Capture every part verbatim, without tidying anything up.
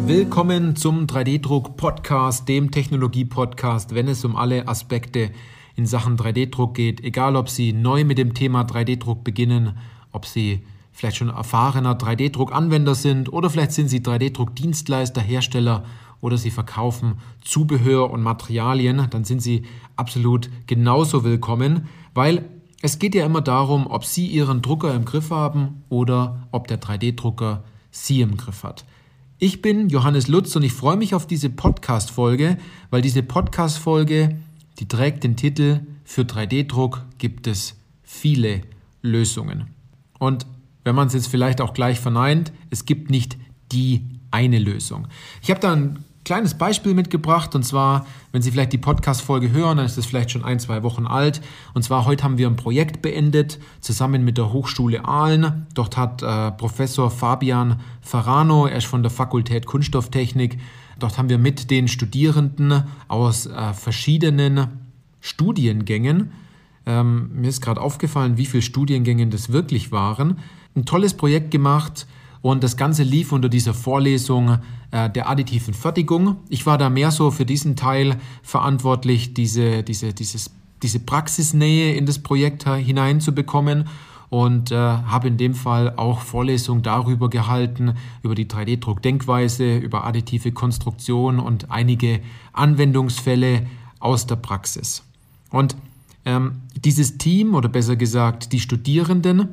Willkommen zum drei D-Druck-Podcast, dem Technologie-Podcast, wenn es um alle Aspekte in Sachen drei D-Druck geht. Egal, ob Sie neu mit dem Thema drei D-Druck beginnen, ob Sie vielleicht schon erfahrener drei D-Druck-Anwender sind oder vielleicht sind Sie drei D-Druck-Dienstleister, Hersteller oder Sie verkaufen Zubehör und Materialien, dann sind Sie absolut genauso willkommen, weil es geht ja immer darum, ob Sie Ihren Drucker im Griff haben oder ob der drei D-Drucker Sie im Griff hat. Ich bin Johannes Lutz und ich freue mich auf diese Podcast-Folge, weil diese Podcast-Folge, die trägt den Titel „Für drei D-Druck gibt es viele Lösungen". Und wenn man es jetzt vielleicht auch gleich verneint, es gibt nicht die eine Lösung. Ich habe da ein kleines Beispiel mitgebracht und zwar, wenn Sie vielleicht die Podcast-Folge hören, dann ist das vielleicht schon ein, zwei Wochen alt. Und zwar heute haben wir ein Projekt beendet, zusammen mit der Hochschule Aalen. Dort hat äh, Professor Fabian Farano, er ist von der Fakultät Kunststofftechnik, dort haben wir mit den Studierenden aus äh, verschiedenen Studiengängen, ähm, mir ist gerade aufgefallen, wie viele Studiengänge das wirklich waren, ein tolles Projekt gemacht. Und das Ganze lief unter dieser Vorlesung äh, der additiven Fertigung. Ich war da mehr so für diesen Teil verantwortlich, diese, diese, dieses, diese Praxisnähe in das Projekt hineinzubekommen und äh, habe in dem Fall auch Vorlesungen darüber gehalten, über die drei D-Druck-Denkweise, über additive Konstruktion und einige Anwendungsfälle aus der Praxis. Und ähm, dieses Team, oder besser gesagt die Studierenden,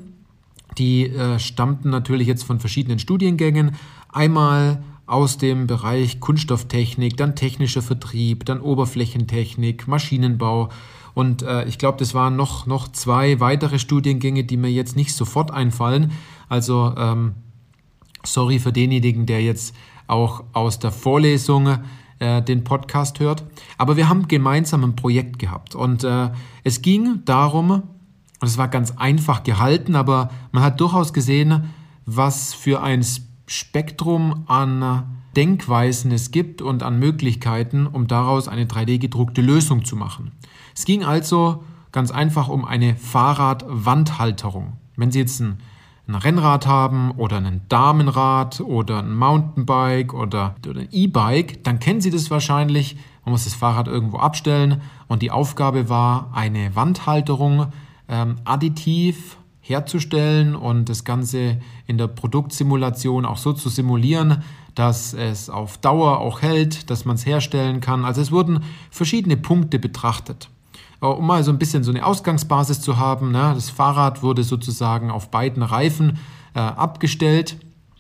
Die äh, stammten natürlich jetzt von verschiedenen Studiengängen, einmal aus dem Bereich Kunststofftechnik, dann technischer Vertrieb, dann Oberflächentechnik, Maschinenbau und äh, ich glaube, das waren noch, noch zwei weitere Studiengänge, die mir jetzt nicht sofort einfallen. Also ähm, sorry für denjenigen, der jetzt auch aus der Vorlesung äh, den Podcast hört. Aber wir haben gemeinsam ein Projekt gehabt und äh, es ging darum, und es war ganz einfach gehalten, aber man hat durchaus gesehen, was für ein Spektrum an Denkweisen es gibt und an Möglichkeiten, um daraus eine drei D-gedruckte Lösung zu machen. Es ging also ganz einfach um eine Fahrradwandhalterung. Wenn Sie jetzt ein, ein Rennrad haben oder ein Damenrad oder ein Mountainbike oder, oder ein E-Bike, dann kennen Sie das wahrscheinlich. Man muss das Fahrrad irgendwo abstellen und die Aufgabe war, eine Wandhalterung Ähm, additiv herzustellen und das Ganze in der Produktsimulation auch so zu simulieren, dass es auf Dauer auch hält, dass man es herstellen kann. Also es wurden verschiedene Punkte betrachtet. Um mal so ein bisschen so eine Ausgangsbasis zu haben, ne? Das Fahrrad wurde sozusagen auf beiden Reifen äh, abgestellt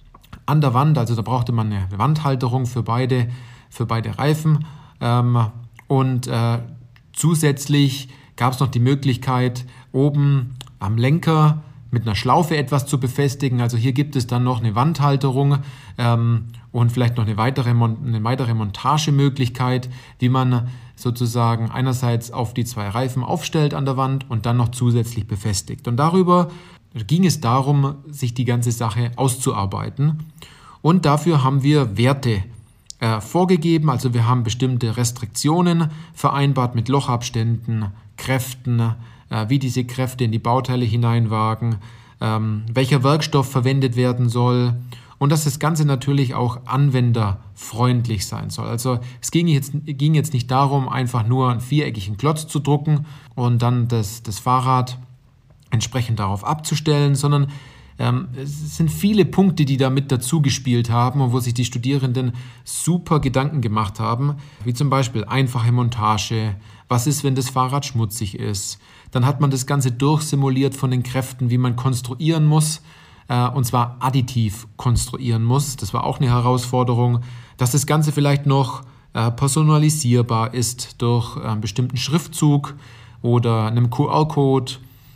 an der Wand, also da brauchte man eine Wandhalterung für beide, für beide Reifen ähm, und äh, zusätzlich gab es noch die Möglichkeit, oben am Lenker mit einer Schlaufe etwas zu befestigen. Also hier gibt es dann noch eine Wandhalterung ähm, und vielleicht noch eine weitere, eine weitere Montagemöglichkeit, wie man sozusagen einerseits auf die zwei Reifen aufstellt an der Wand und dann noch zusätzlich befestigt. Und darüber ging es darum, sich die ganze Sache auszuarbeiten. Und dafür haben wir Werte äh, vorgegeben. Also wir haben bestimmte Restriktionen vereinbart mit Lochabständen, Kräften, äh, wie diese Kräfte in die Bauteile hineinwagen, ähm, welcher Werkstoff verwendet werden soll und dass das Ganze natürlich auch anwenderfreundlich sein soll. Also es ging jetzt, ging jetzt nicht darum, einfach nur einen viereckigen Klotz zu drucken und dann das, das Fahrrad entsprechend darauf abzustellen, sondern ähm, es sind viele Punkte, die da mit dazu gespielt haben und wo sich die Studierenden super Gedanken gemacht haben, wie zum Beispiel einfache Montage. Was ist, wenn das Fahrrad schmutzig ist? Dann hat man das Ganze durchsimuliert von den Kräften, wie man konstruieren muss, äh, und zwar additiv konstruieren muss. Das war auch eine Herausforderung, dass das Ganze vielleicht noch äh, personalisierbar ist durch äh, einen bestimmten Schriftzug oder einem Q R-Code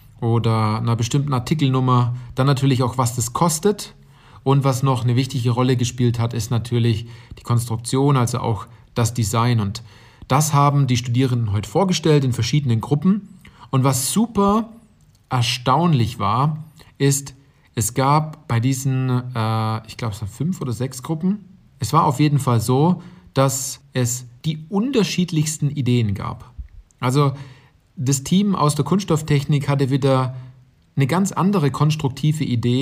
oder einer bestimmten Artikelnummer. Dann natürlich auch, was das kostet. Und was noch eine wichtige Rolle gespielt hat, ist natürlich die Konstruktion, also auch das Design. Und das haben die Studierenden heute vorgestellt in verschiedenen Gruppen. Und was super erstaunlich war, ist, es gab bei diesen, äh, ich glaube es waren fünf oder sechs Gruppen, es war auf jeden Fall so, dass es die unterschiedlichsten Ideen gab. Also das Team aus der Kunststofftechnik hatte wieder eine ganz andere konstruktive Idee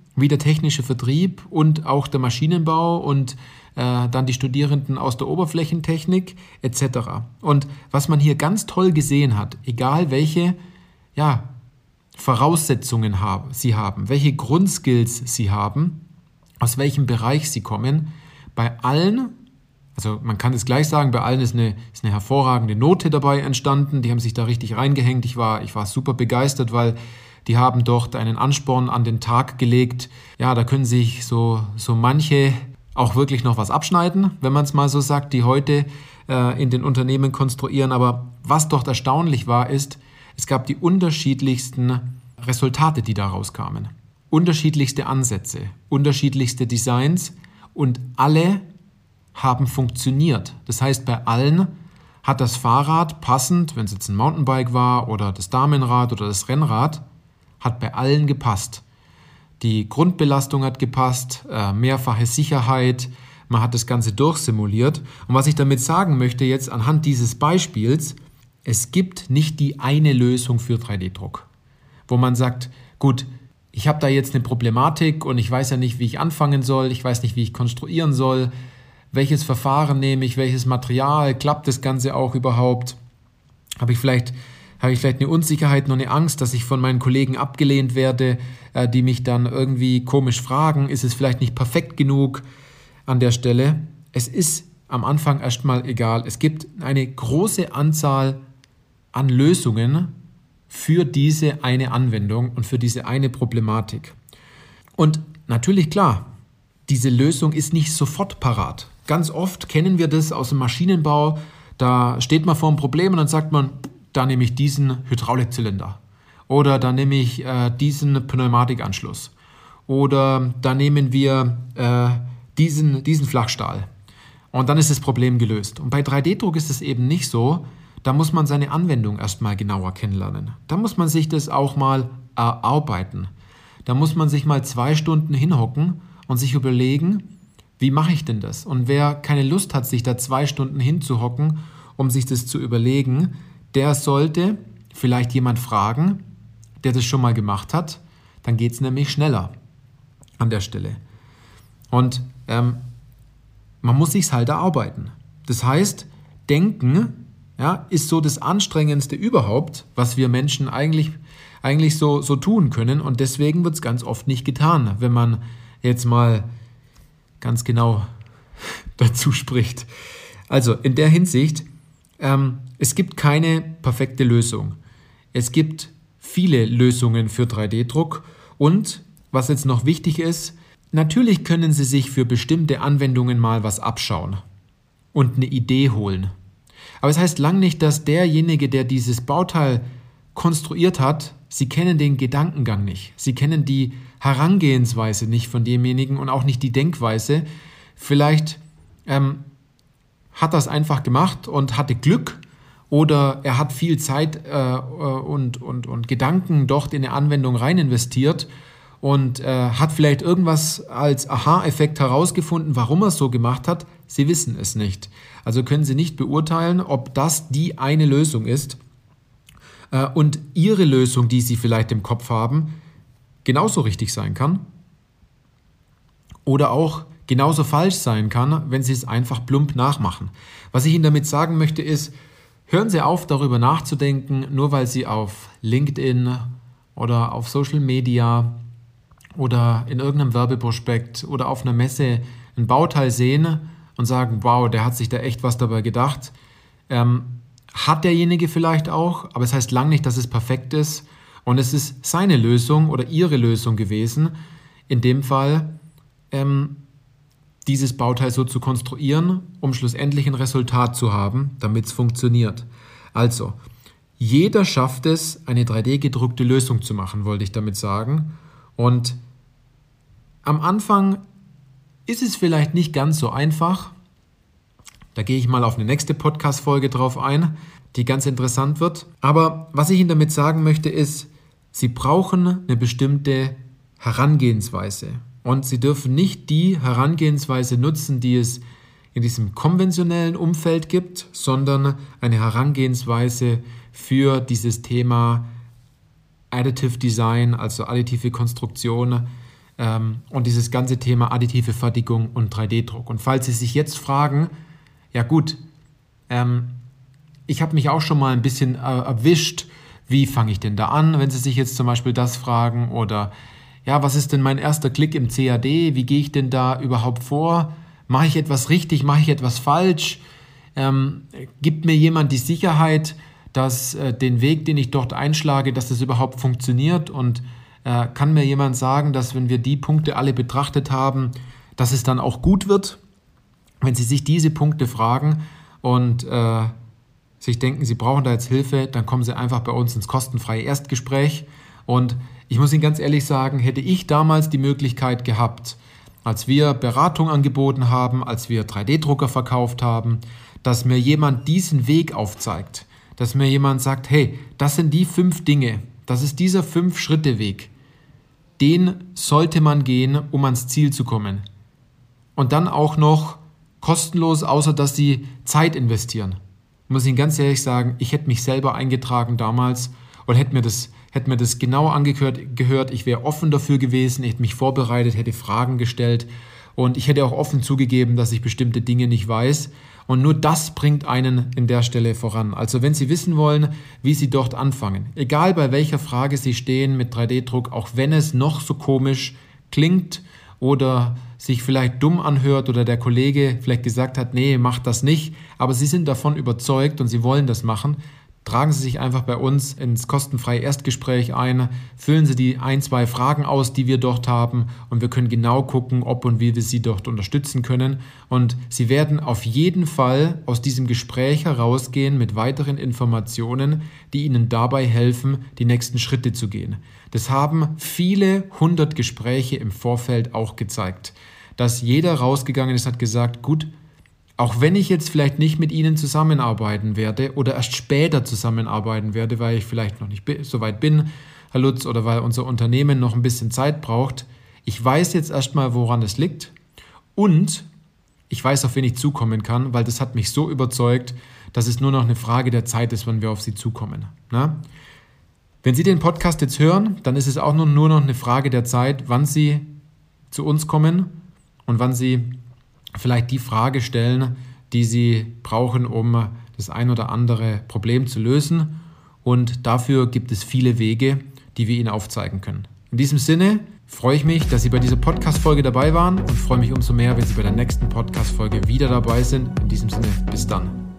wie der technische Vertrieb und auch der Maschinenbau und äh, dann die Studierenden aus der Oberflächentechnik et cetera. Und was man hier ganz toll gesehen hat, egal welche ja, Voraussetzungen haben, sie haben, welche Grundskills sie haben, aus welchem Bereich sie kommen, bei allen, also man kann es gleich sagen, bei allen ist eine, ist eine hervorragende Note dabei entstanden, die haben sich da richtig reingehängt, ich war, ich war super begeistert, weil die haben dort einen Ansporn an den Tag gelegt, ja, da können sich so, so manche auch wirklich noch was abschneiden, wenn man es mal so sagt, die heute äh, in den Unternehmen konstruieren, aber was dort erstaunlich war, ist, es gab die unterschiedlichsten Resultate, die da rauskamen. Unterschiedlichste Ansätze, unterschiedlichste Designs und alle haben funktioniert. Das heißt, bei allen hat das Fahrrad passend, wenn es jetzt ein Mountainbike war oder das Damenrad oder das Rennrad, hat bei allen gepasst. Die Grundbelastung hat gepasst, äh, mehrfache Sicherheit, man hat das Ganze durchsimuliert. Und was ich damit sagen möchte jetzt anhand dieses Beispiels, es gibt nicht die eine Lösung für drei D Druck, wo man sagt, gut, ich habe da jetzt eine Problematik und ich weiß ja nicht, wie ich anfangen soll, ich weiß nicht, wie ich konstruieren soll, welches Verfahren nehme ich, welches Material, klappt das Ganze auch überhaupt? Habe ich vielleicht, habe ich vielleicht eine Unsicherheit, noch eine Angst, dass ich von meinen Kollegen abgelehnt werde, äh, die mich dann irgendwie komisch fragen, ist es vielleicht nicht perfekt genug an der Stelle? Es ist am Anfang erstmal egal. Es gibt eine große Anzahl an Lösungen für diese eine Anwendung und für diese eine Problematik. Und natürlich klar, diese Lösung ist nicht sofort parat. Ganz oft kennen wir das aus dem Maschinenbau, da steht man vor einem Problem und dann sagt man, da nehme ich diesen Hydraulikzylinder oder da nehme ich äh, diesen Pneumatikanschluss oder da nehmen wir äh, diesen, diesen Flachstahl und dann ist das Problem gelöst. Und bei drei D Druck ist es eben nicht so. Da muss man seine Anwendung erstmal genauer kennenlernen. Da muss man sich das auch mal erarbeiten. Da muss man sich mal zwei Stunden hinhocken und sich überlegen, wie mache ich denn das? Und wer keine Lust hat, sich da zwei Stunden hinzuhocken, um sich das zu überlegen, der sollte vielleicht jemand fragen, der das schon mal gemacht hat. Dann geht es nämlich schneller an der Stelle. Und ähm, man muss sich's halt erarbeiten. Das heißt, denken, ja, ist so das Anstrengendste überhaupt, was wir Menschen eigentlich, eigentlich so, so tun können. Und deswegen wird es ganz oft nicht getan, wenn man jetzt mal ganz genau dazu spricht. Also in der Hinsicht, ähm, es gibt keine perfekte Lösung. Es gibt viele Lösungen für drei D Druck. Und was jetzt noch wichtig ist, natürlich können Sie sich für bestimmte Anwendungen mal was abschauen und eine Idee holen. Aber es heißt lang nicht, dass derjenige, der dieses Bauteil konstruiert hat, Sie kennen den Gedankengang nicht. Sie kennen die Herangehensweise nicht von demjenigen und auch nicht die Denkweise. Vielleicht ähm, hat er es einfach gemacht und hatte Glück oder er hat viel Zeit äh, und, und, und Gedanken dort in eine Anwendung rein investiert und äh, hat vielleicht irgendwas als Aha-Effekt herausgefunden, warum er es so gemacht hat. Sie wissen es nicht. Also können Sie nicht beurteilen, ob das die eine Lösung ist äh, und Ihre Lösung, die Sie vielleicht im Kopf haben, genauso richtig sein kann oder auch genauso falsch sein kann, wenn Sie es einfach plump nachmachen. Was ich Ihnen damit sagen möchte ist, hören Sie auf, darüber nachzudenken, nur weil Sie auf LinkedIn oder auf Social Media oder in irgendeinem Werbeprospekt oder auf einer Messe ein Bauteil sehen und sagen, wow, der hat sich da echt was dabei gedacht. Ähm, hat derjenige vielleicht auch, aber es heißt lang nicht, dass es perfekt ist. Und es ist seine Lösung oder ihre Lösung gewesen, in dem Fall ähm, dieses Bauteil so zu konstruieren, um schlussendlich ein Resultat zu haben, damit es funktioniert. Also, jeder schafft es, eine drei D gedruckte Lösung zu machen, wollte ich damit sagen. Und am Anfang ist es vielleicht nicht ganz so einfach. Da gehe ich mal auf eine nächste Podcast-Folge drauf ein, die ganz interessant wird. Aber was ich Ihnen damit sagen möchte ist, Sie brauchen eine bestimmte Herangehensweise. Und Sie dürfen nicht die Herangehensweise nutzen, die es in diesem konventionellen Umfeld gibt, sondern eine Herangehensweise für dieses Thema Additive Design, also additive Konstruktion, ähm, und dieses ganze Thema additive Fertigung und drei D Druck. Und falls Sie sich jetzt fragen, ja gut, ähm, ich habe mich auch schon mal ein bisschen äh, erwischt, wie fange ich denn da an, wenn Sie sich jetzt zum Beispiel das fragen, oder ja, was ist denn mein erster Klick im C A D, wie gehe ich denn da überhaupt vor, mache ich etwas richtig, mache ich etwas falsch, ähm, gibt mir jemand die Sicherheit, dass äh, den Weg, den ich dort einschlage, dass das überhaupt funktioniert, und äh, kann mir jemand sagen, dass wenn wir die Punkte alle betrachtet haben, dass es dann auch gut wird? Wenn Sie sich diese Punkte fragen und äh, sich denken, Sie brauchen da jetzt Hilfe, dann kommen Sie einfach bei uns ins kostenfreie Erstgespräch. Und ich muss Ihnen ganz ehrlich sagen, hätte ich damals die Möglichkeit gehabt, als wir Beratung angeboten haben, als wir drei D Drucker verkauft haben, dass mir jemand diesen Weg aufzeigt, dass mir jemand sagt, hey, das sind die fünf Dinge, das ist dieser Fünf-Schritte-Weg, den sollte man gehen, um ans Ziel zu kommen. Und dann auch noch kostenlos, außer dass Sie Zeit investieren. Muss ich Ihnen ganz ehrlich sagen, ich hätte mich selber eingetragen damals und hätte mir das, hätte mir das genau angehört. Gehört. Ich wäre offen dafür gewesen, ich hätte mich vorbereitet, hätte Fragen gestellt und ich hätte auch offen zugegeben, dass ich bestimmte Dinge nicht weiß. Und nur das bringt einen in der Stelle voran. Also wenn Sie wissen wollen, wie Sie dort anfangen, egal bei welcher Frage Sie stehen mit drei D Druck, auch wenn es noch so komisch klingt oder sich vielleicht dumm anhört oder der Kollege vielleicht gesagt hat, nee, macht das nicht, aber Sie sind davon überzeugt und Sie wollen das machen, tragen Sie sich einfach bei uns ins kostenfreie Erstgespräch ein, füllen Sie die ein, zwei Fragen aus, die wir dort haben, und wir können genau gucken, ob und wie wir Sie dort unterstützen können. Und Sie werden auf jeden Fall aus diesem Gespräch herausgehen mit weiteren Informationen, die Ihnen dabei helfen, die nächsten Schritte zu gehen. Das haben viele hundert Gespräche im Vorfeld auch gezeigt, dass jeder rausgegangen ist und hat gesagt, gut, auch wenn ich jetzt vielleicht nicht mit Ihnen zusammenarbeiten werde oder erst später zusammenarbeiten werde, weil ich vielleicht noch nicht so weit bin, Herr Lutz, oder weil unser Unternehmen noch ein bisschen Zeit braucht, ich weiß jetzt erstmal, woran es liegt, und ich weiß, auf wen ich zukommen kann, weil das hat mich so überzeugt, dass es nur noch eine Frage der Zeit ist, wann wir auf Sie zukommen. Na? Wenn Sie den Podcast jetzt hören, dann ist es auch nur, nur noch eine Frage der Zeit, wann Sie zu uns kommen und wann Sie vielleicht die Frage stellen, die Sie brauchen, um das ein oder andere Problem zu lösen. Und dafür gibt es viele Wege, die wir Ihnen aufzeigen können. In diesem Sinne freue ich mich, dass Sie bei dieser Podcast-Folge dabei waren, und freue mich umso mehr, wenn Sie bei der nächsten Podcast-Folge wieder dabei sind. In diesem Sinne, bis dann.